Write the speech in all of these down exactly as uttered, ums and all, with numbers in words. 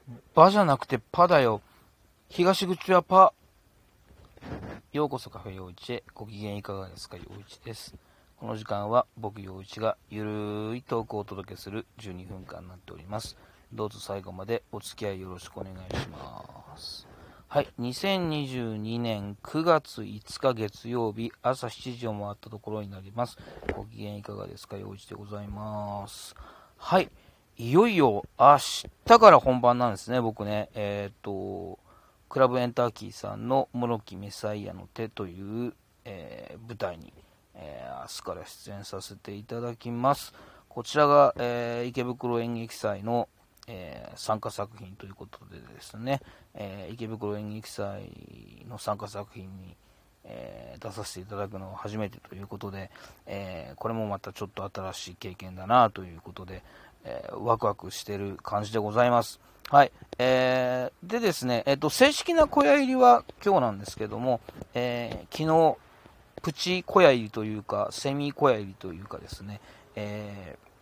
バじゃなくてパだよ。東口はパ。ようこそカフェ陽一へ。ご機嫌いかがですか？陽一です。この時間は僕陽一がゆるいトークをお届けするじゅうにふんかんになっております。どうぞ最後までお付き合いよろしくお願いします。はい、にせんにじゅうにねんくがついつか月曜日朝しちじを回ったところになります。ご機嫌いかがですか？陽一でございます。はい、いよいよ明日から本番なんですね。僕ね、えっとクラブエンターキーさんの諸木メサイアの手という、えー舞台に、えー明日から出演させていただきます。こちらが、えー池袋演劇祭の、えー参加作品ということでですね、えー池袋演劇祭の参加作品に、えー出させていただくのは初めてということで、えーこれもまたちょっと新しい経験だなということで、えーワクワクしている感じでございます。はい。えー、でですね、えっ、と、正式な小屋入りは今日なんですけども、えー昨日、プチ小屋入りというか、セミ小屋入りというかですね、えー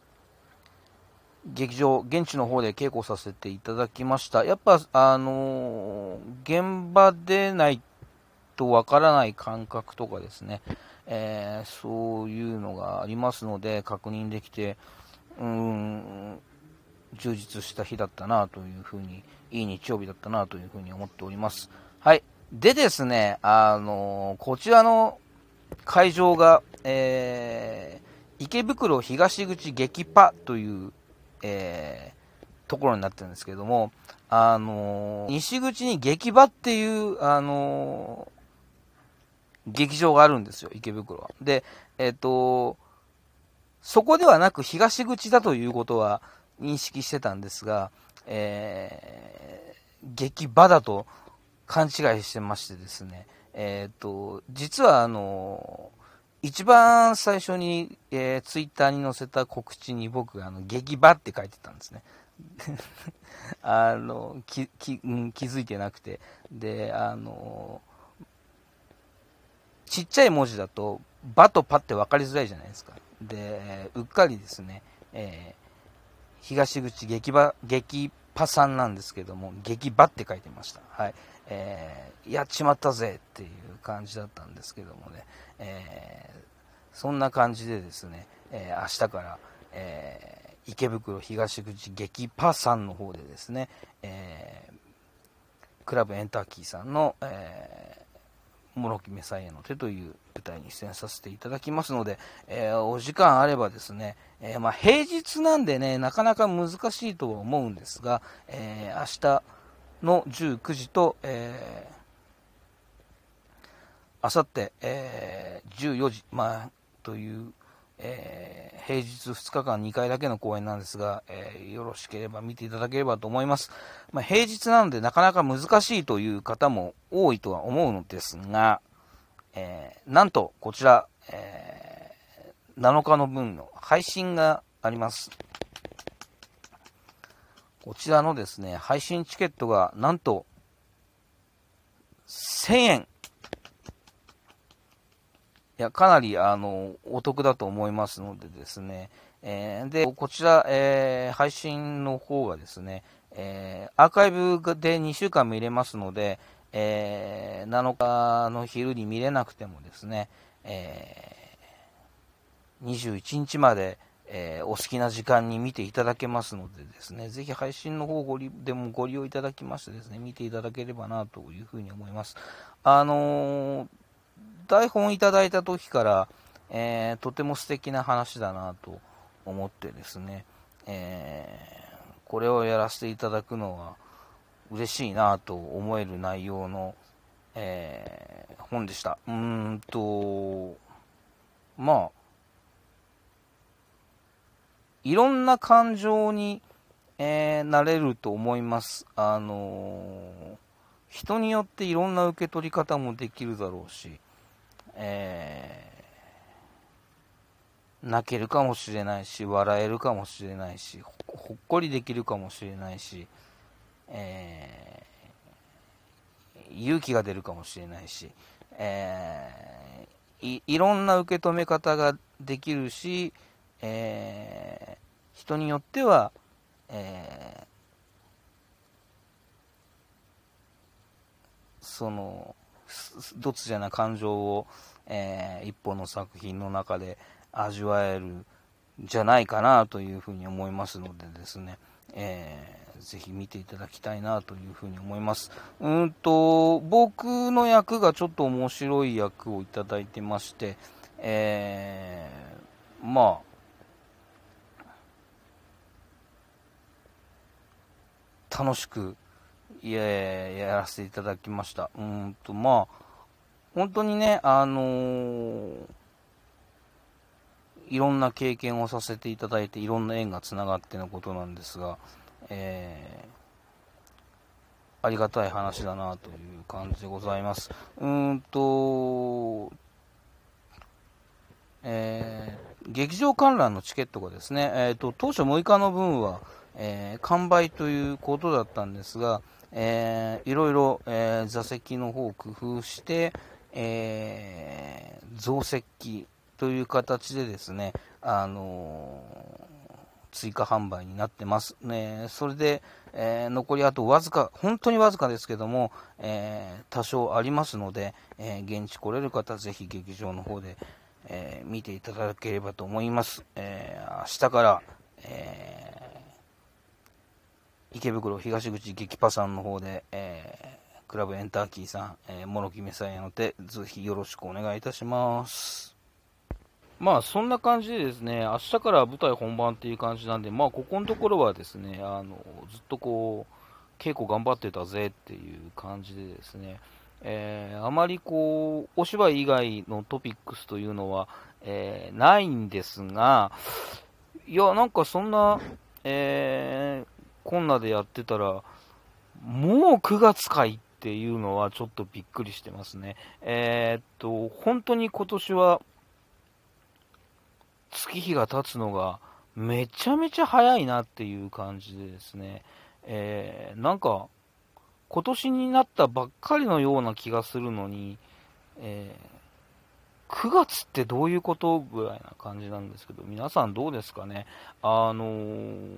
劇場、現地の方で稽古させていただきました。やっぱ、あのー現場でないとわからない感覚とかですね、えーそういうのがありますので、確認できて、うーん、充実した日だったなというふうに、いい日曜日だったなというふうに思っております。はい。でですね、あのこちらの会場が、えー、池袋東口劇パという、えー、ところになってるんですけども、あの西口に劇場っていう、あの劇場があるんですよ、池袋は。で、えっ、と、そこではなく東口だということは認識してたんですが、えー、劇場だと勘違いしてましてですね、えっ、と、実はあの、一番最初に、えー、ツイッターに載せた告知に僕があの劇場って書いてたんですね。あの、き、き、うん、気づいてなくて。で、あの、ちっちゃい文字だと、バとパって分かりづらいじゃないですか。で、うっかりですね、えー東口劇場、劇パさんなんですけども、劇場って書いてました。はい。えー、やっちまったぜっていう感じだったんですけどもね、えーそんな感じでですね、えー明日から、えー池袋東口劇パさんの方でですね、えークラブエンターキーさんの、えー諸木メサイアの手という舞台に出演させていただきますので、えーお時間あればですね、えーまあ、平日なんでね、なかなか難しいとは思うんですが、えー明日のじゅうくじと、えー、明後日、えーじゅうよじ、まあ、という、えー平日ふつかかんにかいだけの公演なんですが、えーよろしければ見ていただければと思います。まあ、平日なのでなかなか難しいという方も多いとは思うのですが、えーなんとこちら、えーなのかの分の配信があります。こちらのですね、配信チケットがなんとせんえん。いや、かなりあのお得だと思いますのでですね、えーで、こちら、えー配信の方がですね、えーアーカイブでにしゅうかん見れますので、えーなのかの昼に見れなくてもですね、えーにじゅういちにちまで、えーお好きな時間に見ていただけますのでですね、ぜひ配信の方ご利でもご利用いただきましてですね、見ていただければなというふうに思います。あのー台本いただいた時から、えーとても素敵な話だなと思ってですね、えーこれをやらせていただくのは嬉しいなと思える内容の、えー本でした。うーんと、まあ、いろんな感情に、えーなれると思います。あのー人によっていろんな受け取り方もできるだろうし、えー泣けるかもしれないし、笑えるかもしれないし、ほほっこりできるかもしれないし、えー勇気が出るかもしれないし、えーいいろんな受け止め方ができるし、えー人によっては、えーそのどつじゃな感情を、えー、一本の作品の中で味わえるんじゃないかなというふうに思いますのでですね、えー、ぜひ見ていただきたいなというふうに思います。うんと僕の役がちょっと面白い役をいただいてまして、えー、まあ楽しくややらせていただきました。うんとまあ本当にね、あのー、いろんな経験をさせていただいて、いろんな縁がつながってのことなんですが、えー、ありがたい話だなという感じでございます。うーんと、えー、劇場観覧のチケットがですね、えーと、当初むいかの分は、えー、完売ということだったんですが、えー、いろいろ、えー、座席の方を工夫して、えー、増席という形でですね、あのー、追加販売になってますね。それで、えー、残りあとわずか、本当にわずかですけども、えー、多少ありますので、えー、現地来れる方はぜひ劇場の方で、えー、見ていただければと思います。えー、明日から、えー、池袋東口劇パさんの方で、えー、クラブエンターキーさん、えー、モロキメサイヤの手、ぜひよろしくお願いいたします。まあそんな感じでですね、明日から舞台本番っていう感じなんで、まあここのところはですね、あのずっとこう稽古頑張ってたぜっていう感じでですね、えー、あまりこうお芝居以外のトピックスというのは、えー、ないんですが、いやなんかそんな、えー、こんなでやってたらもうくがつかいっていうのはちょっとびっくりしてますね。えー、っと本当に今年は月日が経つのがめちゃめちゃ早いなっていう感じでですね、えー、なんか今年になったばっかりのような気がするのに、えー、くがつってどういうことぐらいな感じなんですけど、皆さんどうですかね。あのー、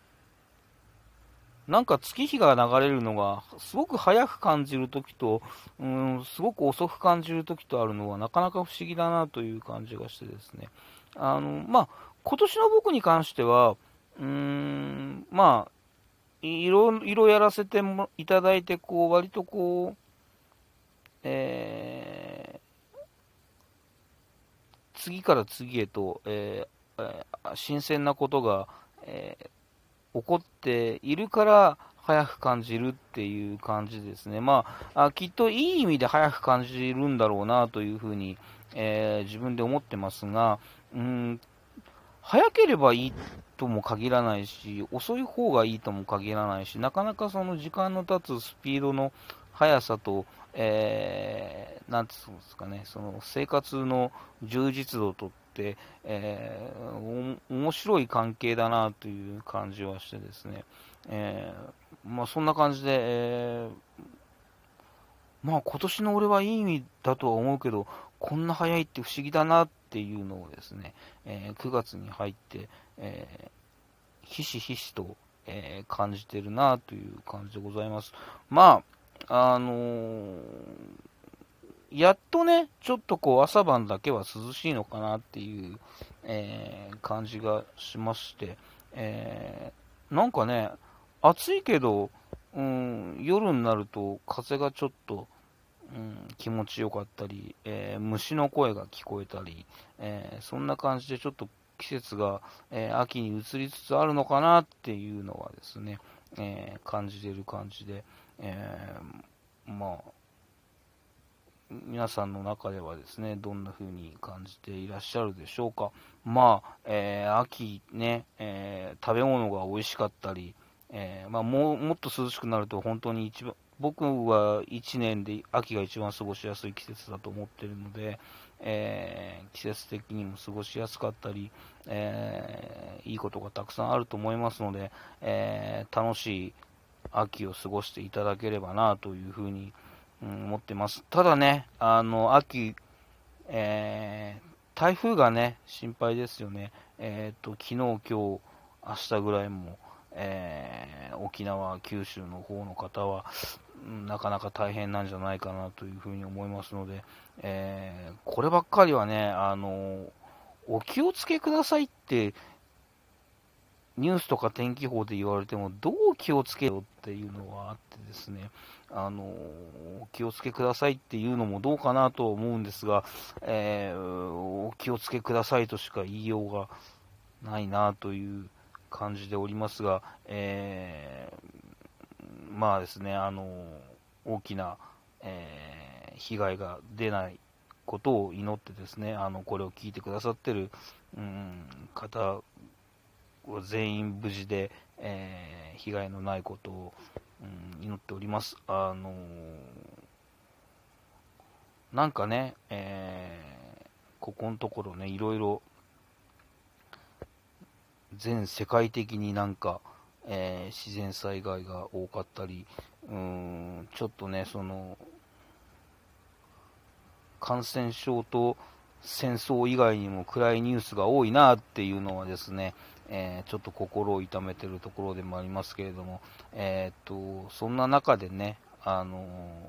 なんか月日が流れるのがすごく早く感じるときと、うん、すごく遅く感じるときとあるのはなかなか不思議だなという感じがしてですね。あの、まあ、今年の僕に関しては、うーん、まあ、いろいろやらせてもいただいて、こう、割とこう、えー、次から次へと、えー、新鮮なことが、えー起こっているから早く感じるっていう感じですね。まあ、あきっといい意味で早く感じるんだろうなというふうに、えー自分で思ってますが、うん、早ければいいとも限らないし、遅い方がいいとも限らないし、なかなかその時間の経つスピードの速さと、えー、なんつうんですかね、その生活の充実度とって、えー、お面白い関係だなという感じはしてですね、えー、まあそんな感じで、えー、まあ今年の俺はいい意味だとは思うけど、こんな早いって不思議だなっていうのをですね、えー、くがつに入って、えー、ひしひしと、えー、感じてるなという感じでございます。まあ、あのー、やっとね、ちょっとこう朝晩だけは涼しいのかなっていう、えー、感じがしまして、えー、なんかね、暑いけど、うん、夜になると風がちょっと、うん、気持ちよかったり、えー虫の声が聞こえたり、えーそんな感じでちょっと季節が、えー秋に移りつつあるのかなっていうのはですね、えー感じている感じで、えーまあ、皆さんの中ではですね、どんな風に感じていらっしゃるでしょうか。まあ、えー秋ね、えー食べ物が美味しかったり、えーまあ、もうもっと涼しくなると本当に一番、僕はいちねんで秋が一番過ごしやすい季節だと思っているので、えー季節的にも過ごしやすかったり、えーいいことがたくさんあると思いますので、えー楽しい秋を過ごしていただければなというふうに、うん、思ってます。ただね、あの秋、えー台風がね、心配ですよね。えっと、昨日、今日、明日ぐらいも、えー沖縄、九州の方の方は、 なかなか大変なんじゃないかなというふうに思いますので、えー、こればっかりはね、あの、お気をつけくださいって、ニュースとか天気予報で言われても、どう気をつけようっていうのはあってですね、あの、お気をつけくださいっていうのもどうかなと思うんですが、えー、お気をつけくださいとしか言いようがないなという感じでおりますが、えー、まあですね、あの、大きな、えー、被害が出ないことを祈ってですね、あの、これを聞いてくださってる、うん、方全員無事で、えー、被害のないことを、うん、祈っております。あのー、なんかね、えー、ここのところね、いろいろ全世界的になんか、えー、自然災害が多かったり、うん、ちょっとね、その、感染症と戦争以外にも暗いニュースが多いなっていうのはですね、えー、ちょっと心を痛めてるところでもありますけれども、えー、っと、そんな中でね、あの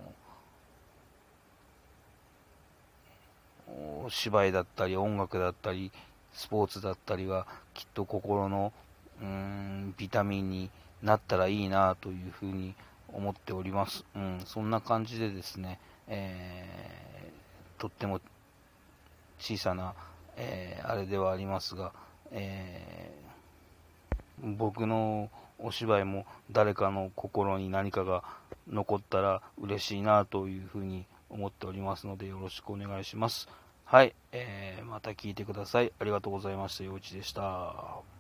ー、芝居だったり音楽だったりスポーツだったりがきっと心のうーんビタミンになったらいいなというふうに思っております。うん、そんな感じでですね、えー、とっても小さな、えー、あれではありますが、えー、僕のお芝居も誰かの心に何かが残ったら嬉しいなというふうに思っておりますのでよろしくお願いします。はい、えー、また聞いてください。ありがとうございました。陽一でした。